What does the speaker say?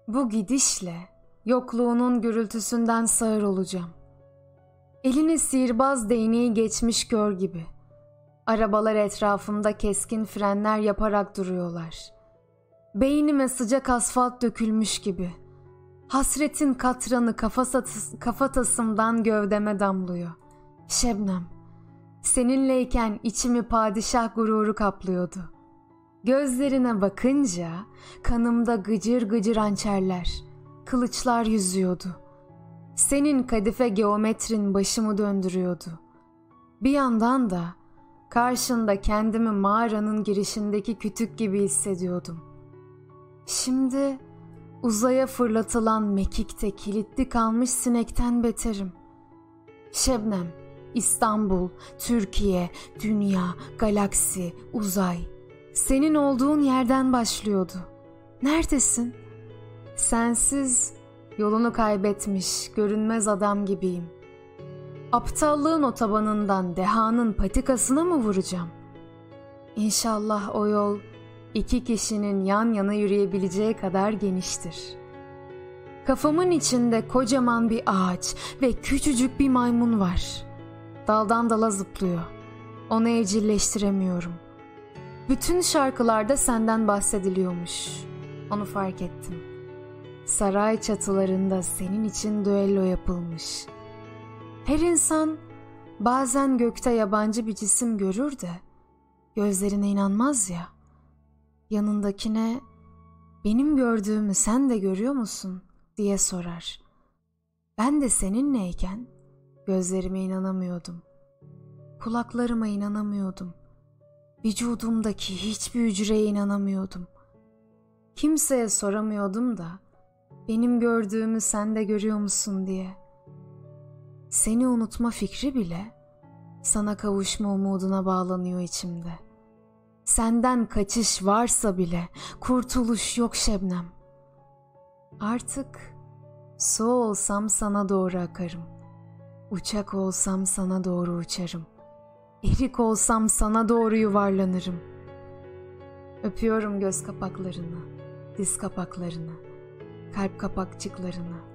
Bu gidişle yokluğunun gürültüsünden sağır olacağım. Elini sihirbaz değneği geçmiş kör gibi. Arabalar etrafımda keskin frenler yaparak duruyorlar. Beynime sıcak asfalt dökülmüş gibi. Hasretin katranı kafatasımdan gövdeme damlıyor. Şebnem, seninleyken içimi padişah gururu kaplıyordu. Gözlerine bakınca kanımda gıcır gıcır hançerler, kılıçlar yüzüyordu. Senin kadife geometrin başımı döndürüyordu. Bir yandan da karşında kendimi mağaranın girişindeki kütük gibi hissediyordum. Şimdi uzaya fırlatılan mekikte kilitli kalmış sinekten beterim. Şebnem, İstanbul, Türkiye, dünya, galaksi, uzay. Senin olduğun yerden başlıyordu. Neredesin? Sensiz yolunu kaybetmiş, görünmez adam gibiyim. Aptallığın otobanından dehanın patikasına mı vuracağım? İnşallah o yol iki kişinin yan yana yürüyebileceği kadar geniştir. Kafamın içinde kocaman bir ağaç ve küçücük bir maymun var. Daldan dala zıplıyor. Onu evcilleştiremiyorum. Bütün şarkılarda senden bahsediliyormuş. Onu fark ettim. Saray çatılarında senin için düello yapılmış. Her insan bazen gökte yabancı bir cisim görür de gözlerine inanmaz ya. Yanındakine benim gördüğümü sen de görüyor musun diye sorar. Ben de seninleyken gözlerime inanamıyordum. Kulaklarıma inanamıyordum. Vücudumdaki hiçbir hücreye inanamıyordum. Kimseye soramıyordum da benim gördüğümü sen de görüyor musun diye. Seni unutma fikri bile sana kavuşma umuduna bağlanıyor içimde. Senden kaçış varsa bile kurtuluş yok Şebnem. Artık su olsam sana doğru akarım. Uçak olsam sana doğru uçarım. Erik olsam sana doğru yuvarlanırım. Öpüyorum göz kapaklarını, diz kapaklarını, kalp kapakçıklarını.